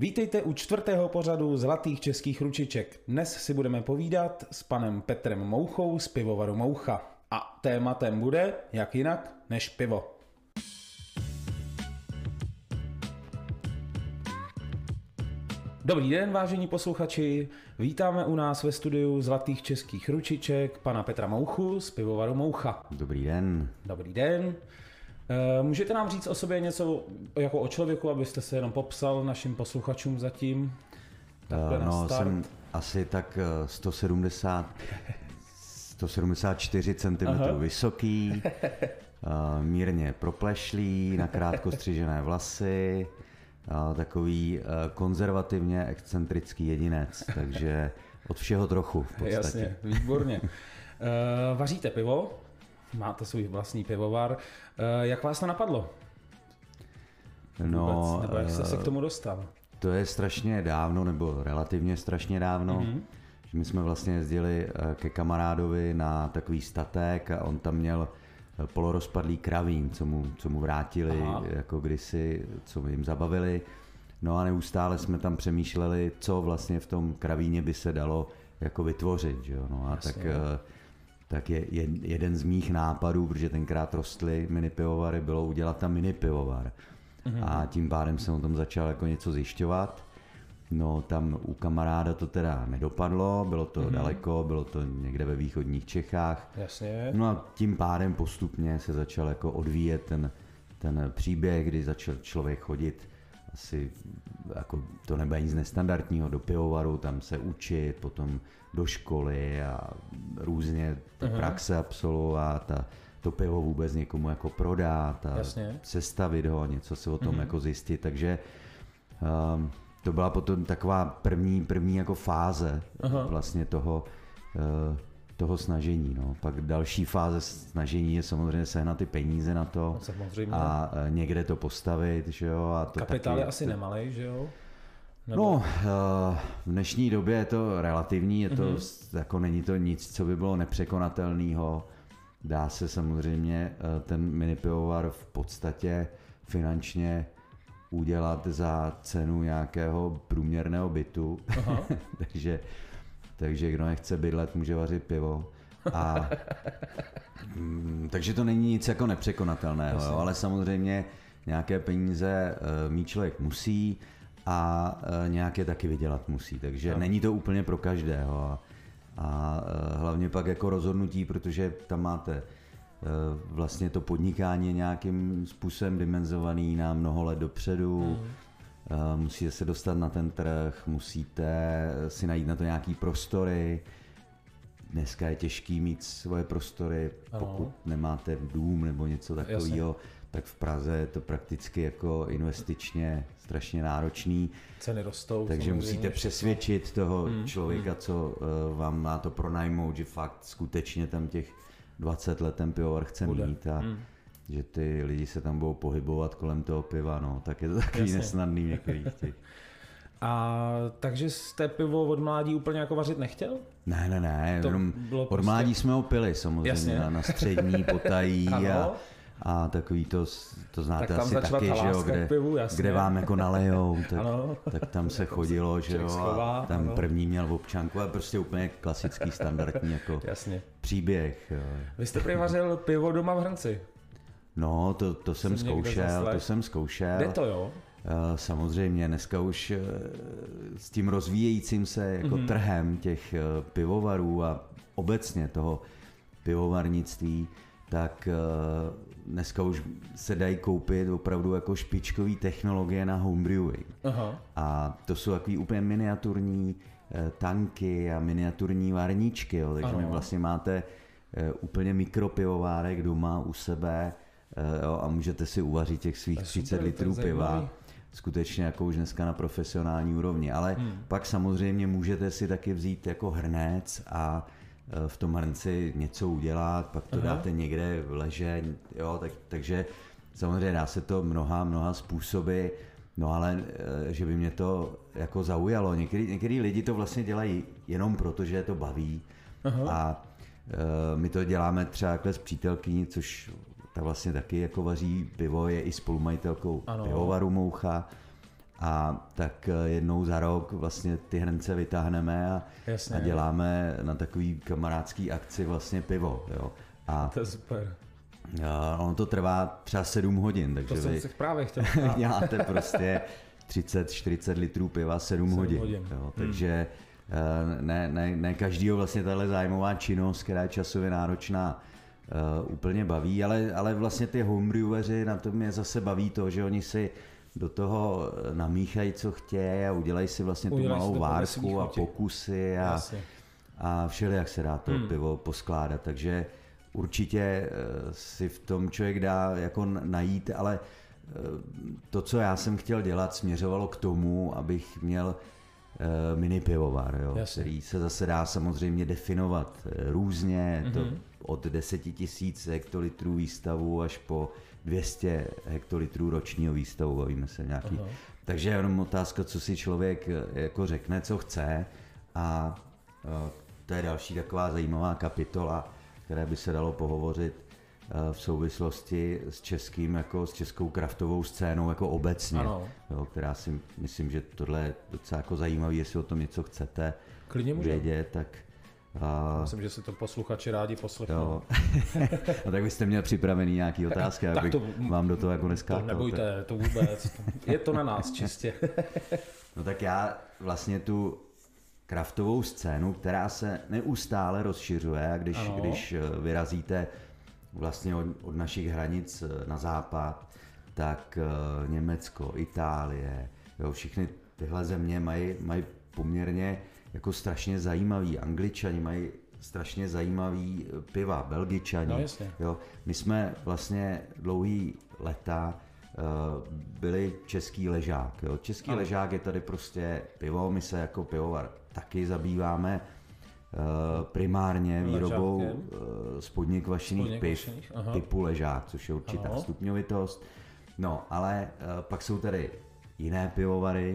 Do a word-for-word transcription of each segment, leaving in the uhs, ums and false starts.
Vítejte u čtvrtého pořadu Zlatých českých ručiček. Dnes si budeme povídat s panem Petrem Mouchou z pivovaru Moucha. A tématem bude, jak jinak, než pivo. Dobrý den, vážení posluchači. Vítáme u nás ve studiu Zlatých českých ručiček pana Petra Mouchu z pivovaru Moucha. Dobrý den. Dobrý den. Můžete nám říct o sobě něco jako o člověku, abyste se jenom popsal našim posluchačům zatím? Uh, no, jsem asi tak sto sedmdesát, sto sedmdesát čtyři centimetrů vysoký, uh, mírně proplešlý, nakrátko střižené vlasy, uh, takový uh, konzervativně excentrický jedinec, takže od všeho trochu v podstatě. Jasně, výborně. Uh, vaříte pivo? Máte svůj vlastní pivovar. Jak vás to napadlo? No, Vůbec, nebo jak jste se k tomu dostal? To je strašně dávno, nebo relativně strašně dávno. Mm-hmm. Že my jsme vlastně jezdili ke kamarádovi na takový statek a on tam měl polorozpadlý kravín, co mu, co mu vrátili Aha. jako kdysi, co jim zabavili. No a neustále jsme tam přemýšleli, co vlastně v tom kravíně by se dalo jako vytvořit. Že jo? No a Jasně. tak... tak je jeden z mých nápadů, protože tenkrát rostly mini pivovary, bylo udělat tam mini pivovar. Mm-hmm. A tím pádem jsem o tom začal jako něco zjišťovat. No tam u kamaráda to teda nedopadlo, bylo to mm-hmm. daleko, bylo to někde ve východních Čechách. Jasně. No a tím pádem postupně se začal jako odvíjet ten, ten příběh, kdy začal člověk chodit asi, jako to nebude nic nestandardního, do pivovaru, tam se učit, potom do školy a různě ty uh-huh. praxe absolvovat a to pivo vůbec někomu jako prodat a Jasně. sestavit ho, něco se o tom uh-huh. jako zjistit, takže um, to byla potom taková první, první jako fáze uh-huh. vlastně toho uh, toho snažení. No. Pak další fáze snažení je samozřejmě sehnat ty peníze na to samozřejmě. A někde to postavit. Že jo? A to kapitál taky, je asi nemalej, že jo? Nebo... No, v dnešní době je to relativní, je to, mm-hmm. jako není to nic, co by bylo nepřekonatelného. Dá se samozřejmě ten mini pivovar v podstatě finančně udělat za cenu nějakého průměrného bytu. takže Takže kdo nechce bydlet, může vařit pivo. A, mm, takže to není nic jako nepřekonatelného, jo, ale samozřejmě nějaké peníze uh, mít člověk musí a uh, nějaké taky vydělat musí. Takže no. není to úplně pro každého. A, a uh, hlavně pak jako rozhodnutí, protože tam máte uh, vlastně to podnikání nějakým způsobem dimenzovaný na mnoho let dopředu. Mm. Musíte se dostat na ten trh, musíte si najít na to nějaký prostory. Dneska je těžký mít svoje prostory, pokud ano. nemáte dům nebo něco takového, tak v Praze je to prakticky jako investičně strašně náročný. Ceny rostou. Takže musíte přesvědčit toho hmm. člověka, co vám má to pronajmout, že fakt skutečně tam těch dvacet let ten pivovar chce Bude. mít a hmm. že ty lidi se tam budou pohybovat kolem toho piva, no, tak je to takový Jasně. nesnadný v některých těch. A takže jste pivo od mládí úplně jako vařit nechtěl? Ne, ne, ne, jenom od prostě... mládí jsme ho pili samozřejmě, na, na střední potají a, a takový to, to znáte tak asi taky, že jo, kde, pivu, kde vám jako nalejou, tak, tak tam se chodilo, že jo, schová, a tam ano. první měl občanku a prostě úplně klasický, standardní jako Jasně. příběh. Jo. Vy jste prý vařil pivo doma v hrnci? No, to, to jsem, jsem zkoušel, to jsem zkoušel. Jde to, jo? Samozřejmě, dneska už s tím rozvíjejícím se jako mm-hmm. trhem těch pivovarů a obecně toho pivovarnictví, tak dneska už se dají koupit opravdu jako špičkový technologie na homebrewing. Aha. A to jsou takový úplně miniaturní tanky a miniaturní varníčky, jo, takže my vlastně máte úplně mikropivovárek doma u sebe, jo, a můžete si uvařit těch svých třicet litrů piva. Skutečně jako už dneska na profesionální úrovni, ale hmm. pak samozřejmě můžete si taky vzít jako hrnec a v tom hrnci něco udělat, pak to Aha. dáte někde leže, jo, tak, takže samozřejmě dá se to mnoha, mnoha způsoby, no ale že by mě to jako zaujalo. Některý, některý lidi to vlastně dělají jenom proto, že je to baví. Aha. A e, my to děláme třeba takhle s přítelkyní, což ta vlastně taky jako vaří pivo, je i spolumajitelkou ano. pivovaru Moucha A tak jednou za rok vlastně ty hrnce vytáhneme a, Jasně, a děláme na takový kamarádský akci vlastně pivo. Jo. A to je super. a ono to trvá třeba sedm hodin, takže To jsem vy si právě chtěl. děláte prostě třicet čtyřicet litrů piva sedm hodin. hodin. Jo. Takže hmm. ne, ne, ne každýho vlastně tahle zájmová činnost, která je časově náročná, uh, úplně baví, ale, ale vlastně ty homebreweři, na tom mě zase baví to, že oni si do toho namíchají, co chtějí a udělají si vlastně udělají tu malou várku a pokusy a, a všelijak se dá to hmm. pivo poskládat, takže určitě si v tom člověk dá jako najít, ale to, co já jsem chtěl dělat, směřovalo k tomu, abych měl mini pivovar, jo, který se zase dá samozřejmě definovat různě, mm-hmm. to od deset tisíc hektolitrů výstavu až po dvě stě hektolitrů ročního výstavu, bavíme se nějaký. Aha. Takže je jenom otázka, co si člověk jako řekne, co chce, a to je další taková zajímavá kapitola, které by se dalo pohovořit v souvislosti s českým, jako s českou kraftovou scénou jako obecně, jo, která si myslím, že tohle je docela jako zajímavý, jestli o tom něco chcete vědět, tak... A... Myslím, že si to posluchači rádi poslechnou. No tak byste měl připravený nějaký otázky, abych to, vám do toho jako neskákal. To nebojte, tak... to vůbec, je to na nás čistě. No tak já vlastně tu kraftovou scénu, která se neustále rozšiřuje, a když, když vyrazíte vlastně od, od našich hranic na západ, tak Německo, Itálie, jo, všechny tyhle země mají, mají poměrně jako strašně zajímavý, Angličani mají strašně zajímavý piva, Belgičani. No, jo. My jsme vlastně dlouhý leta uh, byli český ležák. Jo. Český ano. ležák je tady prostě pivo, my se jako pivovar taky zabýváme uh, primárně výrobou uh, spodně kvašených piv typu ležák, což je určitá ano. stupňovitost. No, ale uh, pak jsou tady jiné pivovary,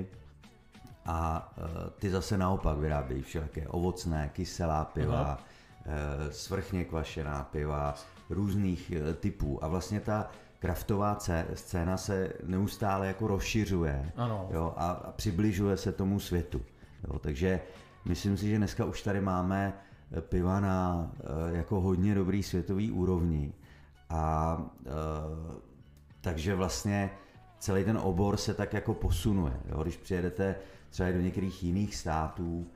a ty zase naopak vyrábějí všelijaké ovocné, kyselá piva, aha. svrchně kvašená piva, různých typů. A vlastně ta kraftová scéna se neustále jako rozšiřuje, jo, a, a přibližuje se tomu světu. Jo, takže myslím si, že dneska už tady máme piva na jako hodně dobrý světový úrovni. A takže vlastně celý ten obor se tak jako posunuje. Jo. Když přijedete třeba do některých jiných států,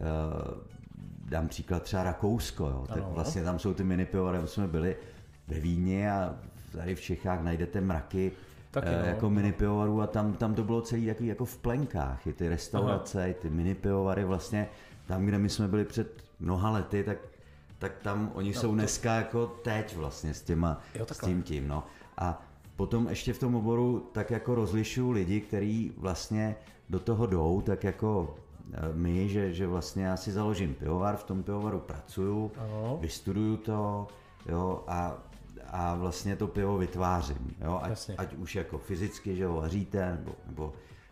dám příklad třeba Rakousko, jo, tak vlastně tam jsou ty mini pivovary, tam jsme byli ve Vídni a tady v Čechách najdete mraky taky, no. jako mini pivovarů a tam, tam to bylo celý takový jako v plenkách, i ty restaurace, i ty mini pivovary vlastně, tam, kde my jsme byli před mnoha lety, tak, tak tam oni no, jsou to... dneska jako teď vlastně s těma, jo, s tím tím, no. A potom ještě v tom oboru tak jako rozlišuju lidi, kteří vlastně do toho jdou, tak jako my, že, že vlastně já si založím pivovar, v tom pivovaru pracuju, ano. vystuduju to, jo, a, a vlastně to pivo vytvářím, jo, ať, ať už jako fyzicky, že ho vaříte, nebo, nebo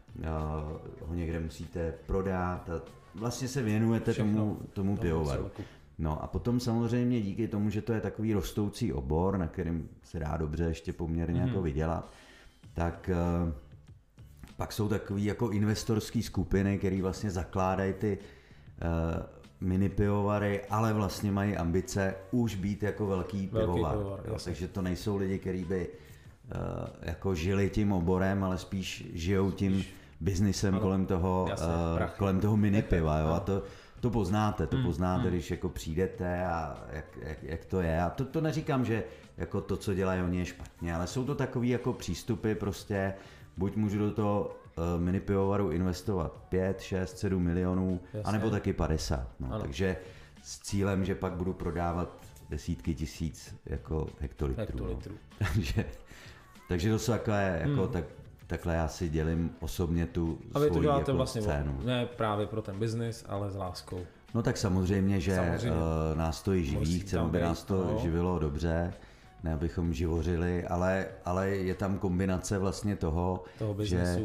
uh, ho někde musíte prodat a vlastně se věnujete Všechno. tomu, tomu pivovaru. No a potom samozřejmě díky tomu, že to je takový rostoucí obor, na kterým se dá dobře ještě poměrně mm. jako vydělat, tak uh, pak jsou takový jako investorský skupiny, které vlastně zakládají ty uh, mini pivovary, ale vlastně mají ambice už být jako velký, velký pivovar. pivovar jo, takže to nejsou lidi, kteří by uh, jako žili tím oborem, ale spíš žijou tím biznisem ano, kolem toho, jasně, uh, kolem toho mini piva. Jo, a to, to poznáte, to poznáte, hmm. když jako přijdete a jak, jak, jak to je. A to, to neříkám, že jako to, co dělají oni, je špatně, ale jsou to takový jako přístupy prostě. Buď můžu do toho uh, mini pivovaru investovat pět, šest, sedm milionů, jasně. anebo taky padesát. No. Takže s cílem, že pak budu prodávat desítky tisíc jako hektolitrů. hektolitrů. No. takže, takže to jsou takové, jako, hmm. tak, takhle já si dělím osobně tu a vy to děláte jako vlastně scénu. Ne právě pro ten biznis, ale s láskou. No tak samozřejmě, že samozřejmě. Uh, nás to i živí, chceme, aby nás to no. živilo dobře. Ne, abychom živořili, ale, ale je tam kombinace vlastně toho, toho že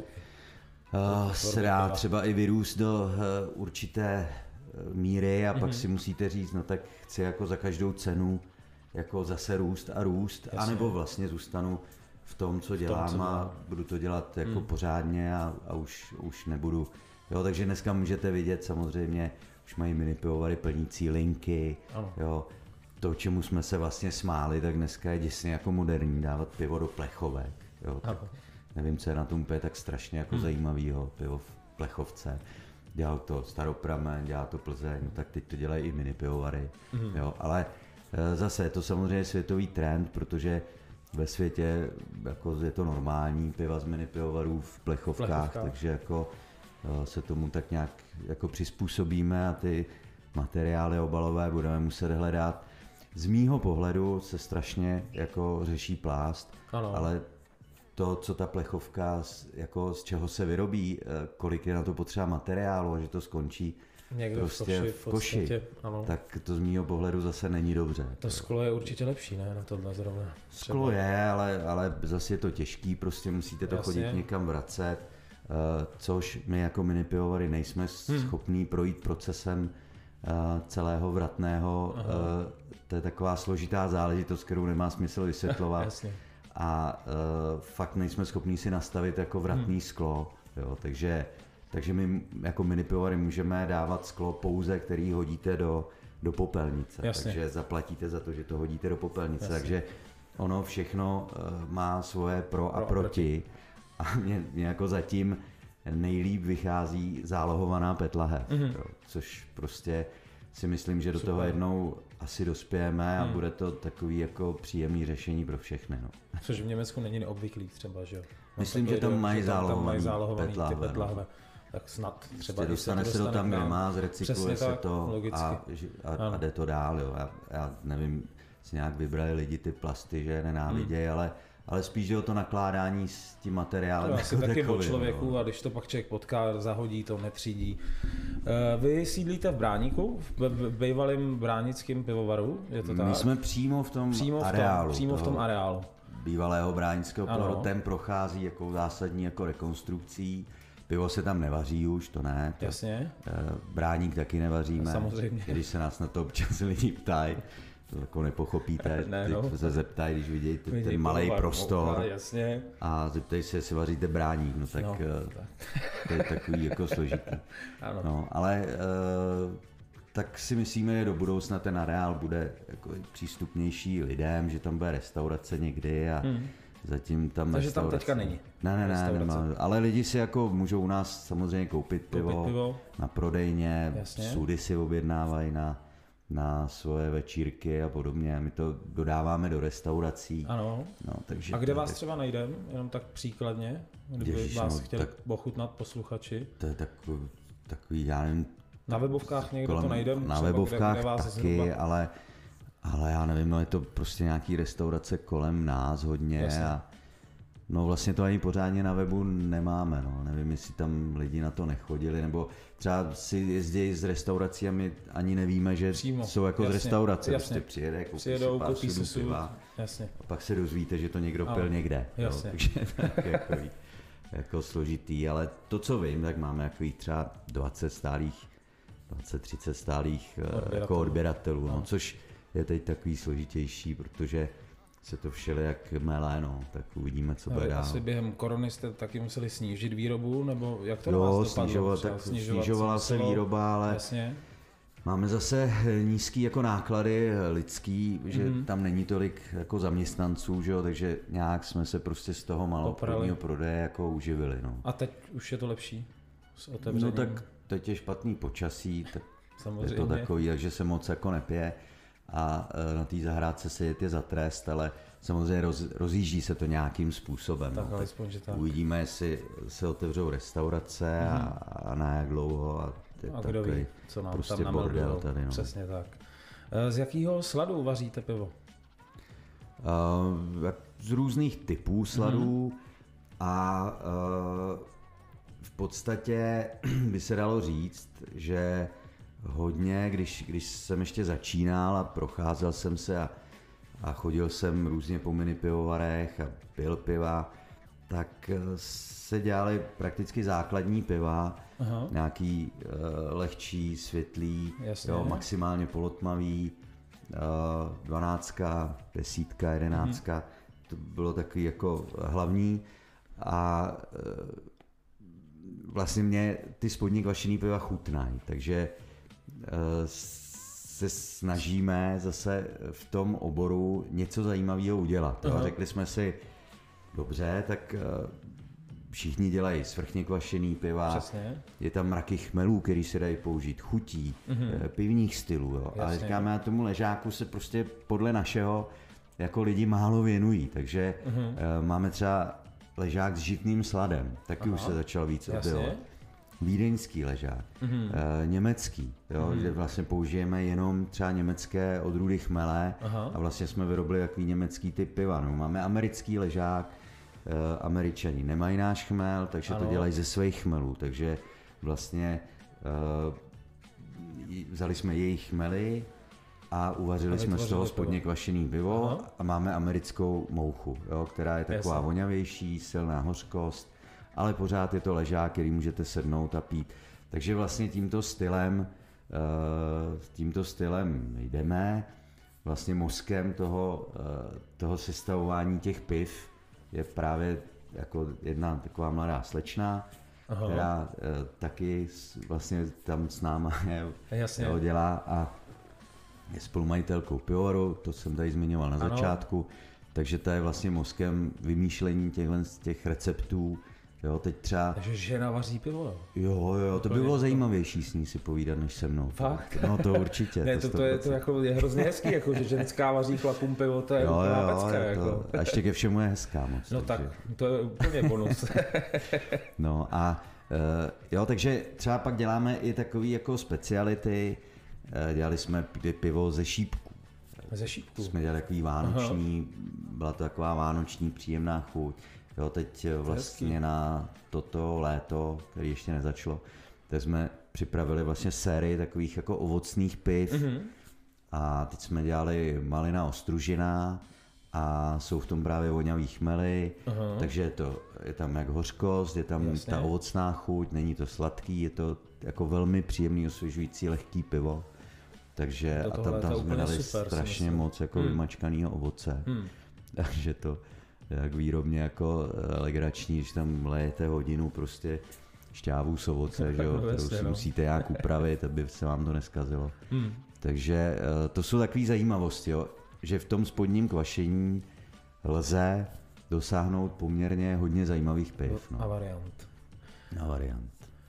uh, se dá třeba i vyrůst do uh, určité míry a mm-hmm. pak si musíte říct, no tak chci jako za každou cenu jako zase růst a růst, Jasně. anebo vlastně zůstanu v tom, co dělám, tom, co a budu to dělat jako hmm. pořádně a, a už, už nebudu. Jo, takže dneska můžete vidět samozřejmě, už mají mini pivovary plnící linky, jo. To, čemu jsme se vlastně smáli, tak dneska je děsně jako moderní dávat pivo do plechovek. Jo, tak nevím, co je na tom úplně tak strašně jako hmm. zajímavýho, pivo v plechovce. Dělal to Staropramen, dělá to Plzeň, tak teď to dělají i mini pivovary. Hmm. Jo, ale zase je to samozřejmě světový trend, protože ve světě jako je to normální piva z mini pivovarů v plechovkách, Plechovka. takže jako se tomu tak nějak jako přizpůsobíme a ty materiály obalové budeme muset hledat. Z mýho pohledu se strašně jako řeší plást, ano. ale to, co ta plechovka, jako z čeho se vyrobí, kolik je na to potřeba materiálu a že to skončí někde prostě v koši, v koši podstatě, tak to z mýho pohledu zase není dobře. To sklo je určitě lepší, ne? Na tohle zrovna. Třeba. Sklo je, ale, ale zase je to těžký, prostě musíte to Jasně. chodit někam vracet, uh, což my jako mini pivovary nejsme hmm. schopní projít procesem uh, celého vratného. Uh, to je taková složitá záležitost, kterou nemá smysl vysvětlovat. A uh, fakt nejsme schopní si nastavit jako vratný hmm. sklo, jo, takže Takže my jako mini pivovary můžeme dávat sklo pouze, který hodíte do, do popelnice. Jasně. Takže zaplatíte za to, že to hodíte do popelnice. Jasně. Takže ono všechno uh, má svoje pro, pro a proti. proti. A mě, mě jako zatím nejlíp vychází zálohovaná petlahev. Mm-hmm. Jo, což prostě si myslím, že do Super. toho jednou asi dospějeme a mm. bude to takový jako příjemný řešení pro všechny. No. Což v Německu není neobvyklý třeba, že jo? Myslím, že tam mají zálohovaný petlahve. No. Tak snad třeba prostě dostane se to tam, kde má, zrecykluje se to a, a, a jde to dál. Jo. Já, já nevím, si nějak vybrali lidi ty plasty, že nenávidějí, hmm. ale, ale spíš je o to nakládání s tím materiálem. To asi taky o člověku no. a když to pak člověk potká, zahodí to, netřídí. Vy sídlíte v Bráníku, v bývalém bránickém pivovaru? Je to tak? My jsme přímo v tom přímo areálu. V tom, přímo v tom areálu. Bývalého bránického pivovaru, ten prochází jako zásadní jako rekonstrukcí. Pivo se tam nevaří už, to ne. To, Jasně. Bráník taky nevaříme. Samozřejmě. Když se nás na to občas lidi ptají, to jako nepochopíte. ne, no. Teď se zeptají, když vidí ten, ten malej prostor. Jasně. A zeptají se, jestli vaříte bráník. No tak, no, tak. to je takový jako složitý. Ano. No, ale tak si myslíme, že do budoucna ten areál bude jako přístupnější lidem, že tam bude restaurace někdy a hmm. zatím tam Takže tam teďka není. Ne, ne, ne, nemá. Ale lidi si jako můžou u nás samozřejmě koupit pivo, koupit pivo. na prodejně, Jasně. sudy si objednávají na, na svoje večírky a podobně. My to dodáváme do restaurací. Ano. No, takže a kde vás tak... třeba najdeme? Jenom tak příkladně, kdyby Ježiš, vás no, chtěli tak... ochutnat posluchači. To je takový, takový já nevím. Na webovkách někde kolem, to najdeme? Na webovkách kde, kde vás taky, ale, ale já nevím, no je to prostě nějaký restaurace kolem nás hodně. Jasně. A no vlastně to ani pořádně na webu nemáme, no. Nevím, jestli tam lidi na to nechodili, nebo třeba si jezdí z restaurací a my ani nevíme, že Přímo. jsou jako jasně, z restaurace. Jasně. Prostě přijede, koupí Přijedou, si koupí pár si piva jasně. a pak se dozvíte, že to někdo pil někde. Jasně. Jo, takže tak jako, jako složitý, ale to, co vím, tak máme jako třeba dvacet stálých, dvacet třicet stálých odběratelů, jako odběratelů no. No, což je teď takový složitější, protože se to všelijak mele, no, tak uvidíme, co bude dál. Asi během korony jste taky museli snížit výrobu, nebo jak to jo, vás dopadlo? Snižoval, tak snižovala se výroba, ale jasně. máme zase nízký jako náklady lidský, že mm-hmm. tam není tolik jako zaměstnanců, že jo, takže nějak jsme se prostě z toho maloobchodního prodeje jako uživili. No. A teď už je to lepší s otevřením? No tak teď je špatný počasí, tak samozřejmě. Je to takový, takže se moc jako nepije a na té zahrádce se je za trest, ale samozřejmě roz, rozjíždí se to nějakým způsobem. Tak, no, alespoň, že tak. Uvidíme, jestli se otevřou restaurace mm-hmm. a, a na jak dlouho. A, a kdo ví, co nám prostě tam bordel tady. No. Přesně tak. Z jakého sladu vaříte pivo? Uh, z různých typů sladů mm-hmm. a uh, v podstatě by se dalo říct, že hodně, když, když jsem ještě začínal a procházel jsem se a, a chodil jsem různě po mini pivovarech a pil piva, tak se dělaly prakticky základní piva, aha. nějaký uh, lehčí, světlý, jo, maximálně polotmavý, uh, dvanáctka, desítka, jedenáctka, mm-hmm. to bylo takový jako hlavní a vlastně mě ty spodní kvašený piva chutnají, takže se snažíme zase v tom oboru něco zajímavého udělat. Uh-huh. Řekli jsme si, dobře, tak všichni dělají svrchně kvašený piva, přesně. Je tam mraky chmelů, který se dají použít, chutí, uh-huh. pivních stylů, jo. Ale říkáme, na tomu ležáku se prostě podle našeho jako lidi málo věnují, takže uh-huh. máme třeba ležák s žitným sladem, taky Aha. už se začal víc objevovat. Vídeňský ležák, mm-hmm. e, německý, jo, mm-hmm. kde vlastně použijeme jenom třeba německé odrůdy chmele Aha. a vlastně jsme vyrobili takový německý typ piva. No, máme americký ležák, e, Američani nemají náš chmel, takže ano. to dělají ze svých chmelů, takže vlastně e, vzali jsme jejich chmely a uvařili a jsme z toho spodně kvašený pivo Aha. a máme americkou mouchu, jo, která je taková Jasne. voňavější, silná hořkost, ale pořád je to ležák, který můžete sednout a pít. Takže vlastně tímto stylem, tímto stylem jdeme, vlastně mozkem toho, toho sestavování těch piv je právě jako jedna taková mladá slečna, Aha. která taky vlastně tam s náma je, dělá a je spolumajitelkou pivovaru, to jsem tady zmiňoval na ano. začátku, takže to je vlastně mozkem vymýšlení těchhle těch receptů. Jo, teď třeba... Takže žena vaří pivo, jo? Jo, jo, to by bylo zajímavější s ní si povídat, než se mnou. Fakt? No to určitě. Ne, to, to, je, to jako je hrozně hezký, jako, že ženská vaří chlapům pivo, to je jo, úplná jo, pecka. Je to, jako. A ještě ke všemu je hezká moc. No takže. Tak, to je úplně bonus. No a uh, jo, takže třeba pak děláme i takový jako speciality, uh, dělali jsme pivo ze šípku. Ze šípku? Jsme dělali takový vánoční, Aha. byla to taková vánoční příjemná chuť. Jo, teď vlastně na toto léto, který ještě nezačalo, teď jsme připravili vlastně sérii takových jako ovocných piv mm-hmm. a teď jsme dělali malina ostružená a jsou v tom právě voňavý chmely, uh-huh. takže je, to, je tam jak hořkost, je tam Jasně. ta ovocná chuť, není to sladký, je to jako velmi příjemný, osvěžující, lehký pivo. Takže a tam, tam jsme dali super, strašně moc jako hmm. vymačkanýho ovoce, hmm. takže to jak výrobně jako legrační, když tam lejete hodinu prostě šťávu z ovoce, že jo, kterou si musíte nějak upravit, aby se vám to neskazilo. Hmm. Takže to jsou takové zajímavosti, jo, že v tom spodním kvašení lze dosáhnout poměrně hodně zajímavých piv. No. A variant. A variant.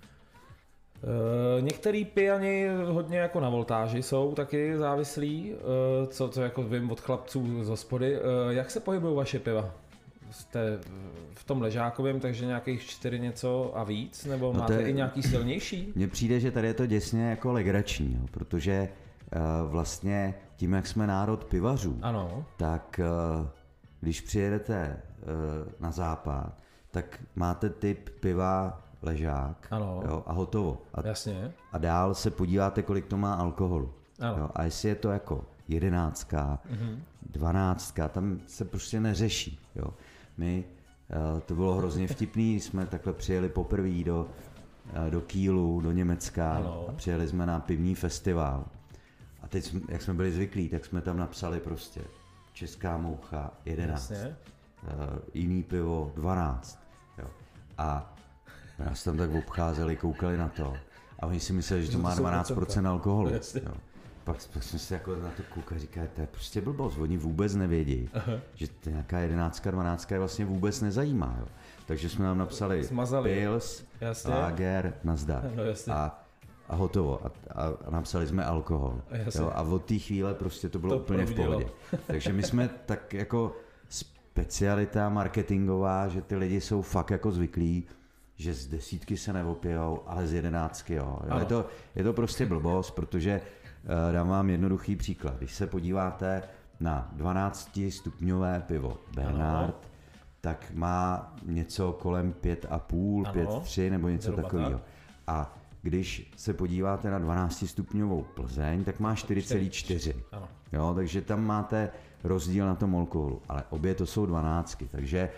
Uh, některý pijani hodně jako na voltáži jsou taky závislí, uh, co, co jako vím od chlapců z hospody. Uh, jak se pohybují vaše piva? Jste v tom ležákovém, takže nějakých čtyři něco a víc? Nebo no máte je, i nějaký silnější? Mně přijde, že tady je to děsně jako legrační, jo, protože uh, vlastně tím, jak jsme národ pivařů, ano. tak uh, když přijedete uh, na západ, tak máte typ piva ležák jo, a hotovo. A, Jasně. a dál se podíváte, kolik to má alkoholu. Jo, a jestli je to jako jedenáctka, mm-hmm. dvanáctka, tam se prostě neřeší. Jo. My, to bylo hrozně vtipný, jsme takhle přijeli poprvé do, do Kielu, do Německa ano. a přijeli jsme na pivní festival. A teď, jak jsme byli zvyklí, tak jsme tam napsali prostě česká moucha jedenáct, uh, jiný pivo dvanáct. Jo. A nás tam tak obcházeli, koukali na to a oni si mysleli, že to má dvanáct procent alkoholu. Jo. Pak, pak jsme si jako na to koukali a říkali, to je prostě blbost, oni vůbec nevědí, Aha. že to nějaká jedenáctka, dvanáctka je vlastně vůbec nezajímá. Jo. Takže jsme nám napsali Smazali. Pils, Lager, nazdar no, a, a hotovo. A, a, a napsali jsme alkohol. Jo. A od té chvíle prostě to bylo to úplně providělo. v pohodě. Takže my jsme tak jako specialita marketingová, že ty lidi jsou fakt jako zvyklí, že z desítky se neopijou, ale z jedenáctky jo. jo. Je, to, je to prostě blbost, protože uh, dám vám jednoduchý příklad. Když se podíváte na dvanáctistupňové pivo Bernard, ano. tak má něco kolem pět a půl, pět tři nebo něco takového. A když se podíváte na dvanáctistupňovou Plzeň, tak má čtyři celá čtyři. Jo, takže tam máte rozdíl na tom alkoholu, ale obě to jsou dvanáctky, takže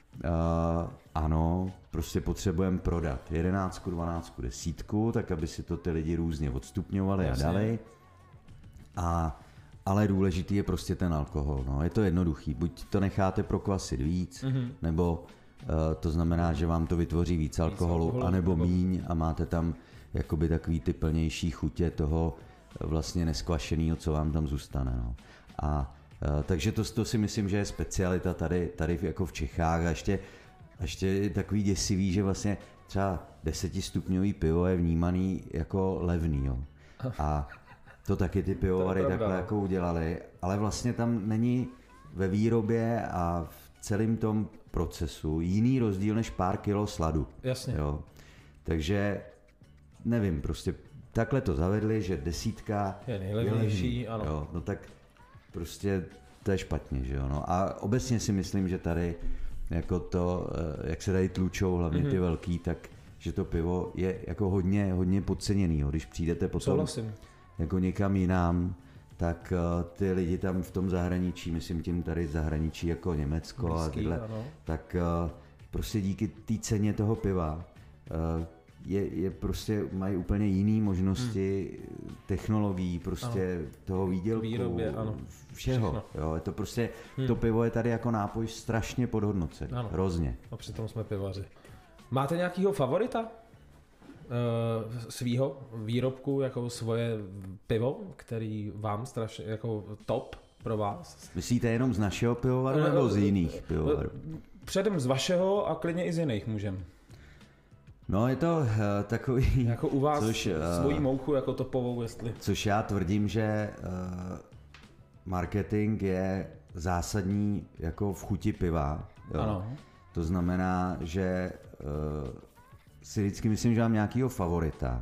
uh, ano, prostě potřebujeme prodat jedenáctku, dvanáctku, desítku, tak aby si to ty lidi různě odstupňovali Jasně. a dali. A, ale důležitý je prostě ten alkohol. No. Je to jednoduchý, buď to necháte prokvasit víc, mm-hmm. nebo uh, to znamená, že vám to vytvoří víc alkoholu, víc alkoholu anebo nebo... míň a máte tam jakoby takový ty plnější chutě toho vlastně neskvašenýho, co vám tam zůstane. No. A uh, takže to, to si myslím, že je specialita tady, tady jako v Čechách a ještě, ještě je takový děsivý, že vlastně třeba desetistupňový pivo je vnímaný jako levný. Jo. A to taky ty pivovary takhle jako udělali, ale vlastně tam není ve výrobě a v celém tom procesu jiný rozdíl než pár kilo sladu. Jasně. Jo. Takže nevím, prostě takhle to zavedli, že desítka je nejlevnější, je ano. Jo, no tak prostě to je špatně, že jo. No a obecně si myslím, že tady jako to, jak se tady tlučou hlavně mm-hmm. ty velký, tak že to pivo je jako hodně, hodně podceněný, jo. Když přijdete potom Souhlasím. jako někam jinam, tak uh, ty lidi tam v tom zahraničí, myslím tím tady zahraničí jako Německo Blízký, a tyhle, ano. tak uh, prostě díky té ceně toho piva uh, je, je prostě mají úplně jiné možnosti hmm. technologií, prostě ano. toho výdělku, výrobě, ano. všeho. Jo, je to prostě, hmm. to pivo je tady jako nápoj strašně podhodnocený, hrozně. A přitom jsme pivaři. Máte nějakýho favorita? Svýho výrobku, jako svoje pivo, který vám strašně jako top pro vás? Myslíte jenom z našeho pivovaru nebo z jiných pivovarů? Předem z vašeho a klidně i z jiných můžem. No je to uh, takový... Jako u vás což, uh, svojí mouchu jako topovou, jestli... Což já tvrdím, že uh, marketing je zásadní jako v chuti piva. Jo? Ano. To znamená, že uh, si vždycky myslím, že mám nějakýho favorita,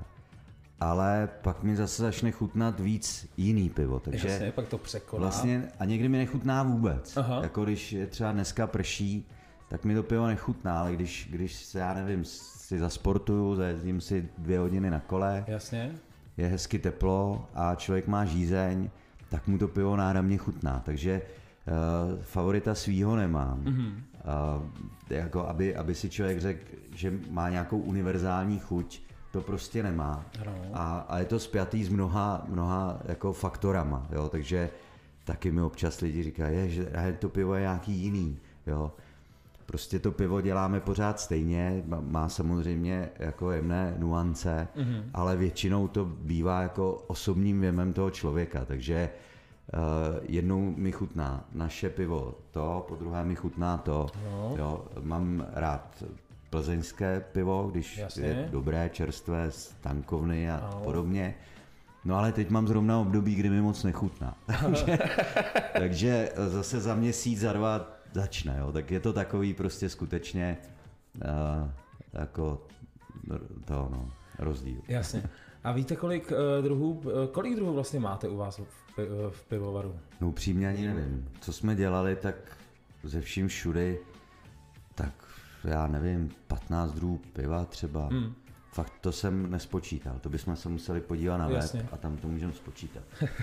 ale pak mi zase začne chutnat víc jiný pivo, takže jasně, pak to překoná. Vlastně a někdy mi nechutná vůbec. Aha. Jako když je třeba dneska prší, tak mi to pivo nechutná, ale když, když se, já nevím, si zasportuju, zajezdím si dvě hodiny na kole, jasně. je hezky teplo a člověk má žízeň, tak mu to pivo náramně chutná, takže uh, favorita svýho nemám. Mm-hmm. Uh, jako aby, aby si člověk řekl, že má nějakou univerzální chuť, to prostě nemá. A, a je to spjatý s mnoha, mnoha jako faktorama, jo? Takže taky mi občas lidi říkají, že to pivo je nějaký jiný. Jo? Prostě to pivo děláme pořád stejně, má samozřejmě jako jemné nuance, mm-hmm. ale většinou to bývá jako osobním věmem toho člověka, takže Uh, jednou mi chutná naše pivo to, po druhé mi chutná to. No. Jo, mám rád plzeňské pivo, když jasně. je dobré, čerstvé, z tankovny a no. podobně. No ale teď mám zrovna období, kdy mi moc nechutná. takže, takže zase za měsíc, za dva začne. Jo. Tak je to takový prostě skutečně uh, jako to, no, rozdíl. Jasně. A víte, kolik uh, druhů, kolik druhů vlastně máte u vás v, v pivovaru? No upřímně ani nevím. Co jsme dělali, tak ze vším všudy, tak já nevím, patnáct druhů piva třeba. Hmm. Fakt to jsem nespočítal. To bychom se museli podívat na web jasně. a tam to můžeme spočítat.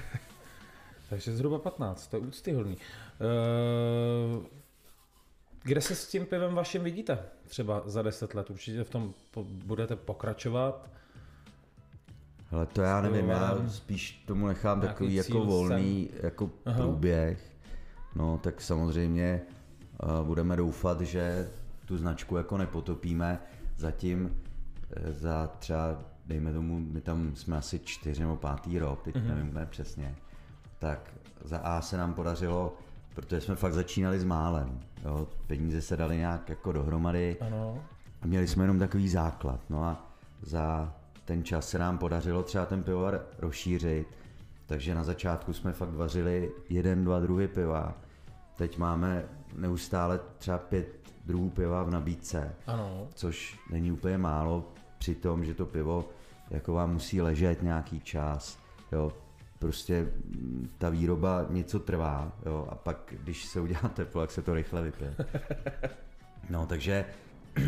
Takže zhruba patnáct, to je úctyhodný. Uh, kde se s tím pivem vaším vidíte? Třeba za deset let. Určitě v tom budete pokračovat. Ale to já nevím, já spíš tomu nechám takový jako volný jako průběh. No tak samozřejmě uh, budeme doufat, že tu značku jako nepotopíme. Zatím uh, za třeba, dejme tomu, my tam jsme asi čtyři nebo pátý rok, teď uh-huh. nevím ne přesně. Tak za A se nám podařilo, protože jsme fakt začínali s málem. Jo? Peníze se daly nějak jako dohromady ano. a měli jsme jenom takový základ. No a za ten čas se nám podařilo třeba ten pivovar rozšířit, takže na začátku jsme fakt vařili jeden, dva druhy piva. Teď máme neustále třeba pět druhů piva v nabídce, ano. což není úplně málo při tom, že to pivo jako vám musí ležet nějaký čas. Jo. Prostě ta výroba něco trvá, jo, a pak když se udělá teplo, tak se to rychle vypije. No takže uh,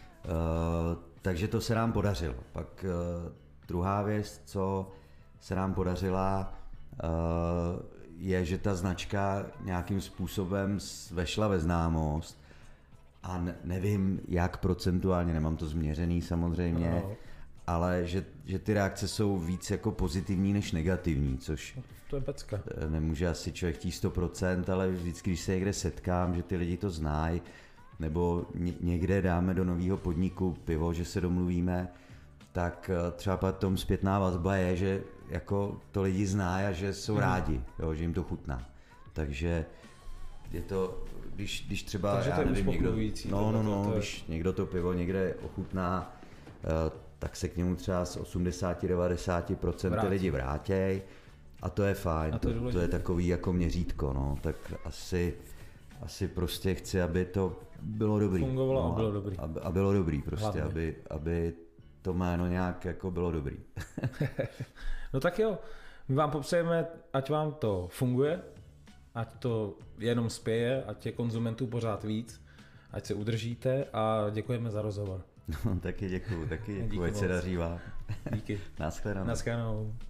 takže to se nám podařilo. Pak uh, druhá věc, co se nám podařila, uh, je, že ta značka nějakým způsobem vešla ve známost a ne- nevím, jak procentuálně, nemám to změřený samozřejmě, no. ale že, že ty reakce jsou víc jako pozitivní než negativní, což to je pecka. Nemůže asi člověk chtít sto procent, ale vždycky, když se někde setkám, že ty lidi to znají, nebo někde dáme do nového podniku pivo, že se domluvíme, tak třeba pak tom zpětná vazba je, že jako to lidi znají a že jsou hmm. rádi, jo, že jim to chutná. Takže je to, když, když třeba, takže já to je nevím, někdo, no, no, no, to je... když někdo to pivo někde ochutná, tak se k němu třeba z osmdesát až devadesát procent ty lidi vrátěj a to je fajn, to, to, to je takový jako měřítko, no, tak asi, asi prostě chci, aby to bylo dobrý. Fungovalo no, a bylo dobrý. A, a bylo dobrý prostě, Hlavně. aby, aby to jméno nějak jako bylo dobrý. No tak jo, my vám popřejeme, ať vám to funguje, ať to jenom spěje, ať je konzumentů pořád víc, ať se udržíte a děkujeme za rozhovor. No, taky děkuju, taky děkuju, ať se daří vám. Díky. Naschledanou. Naschledanou.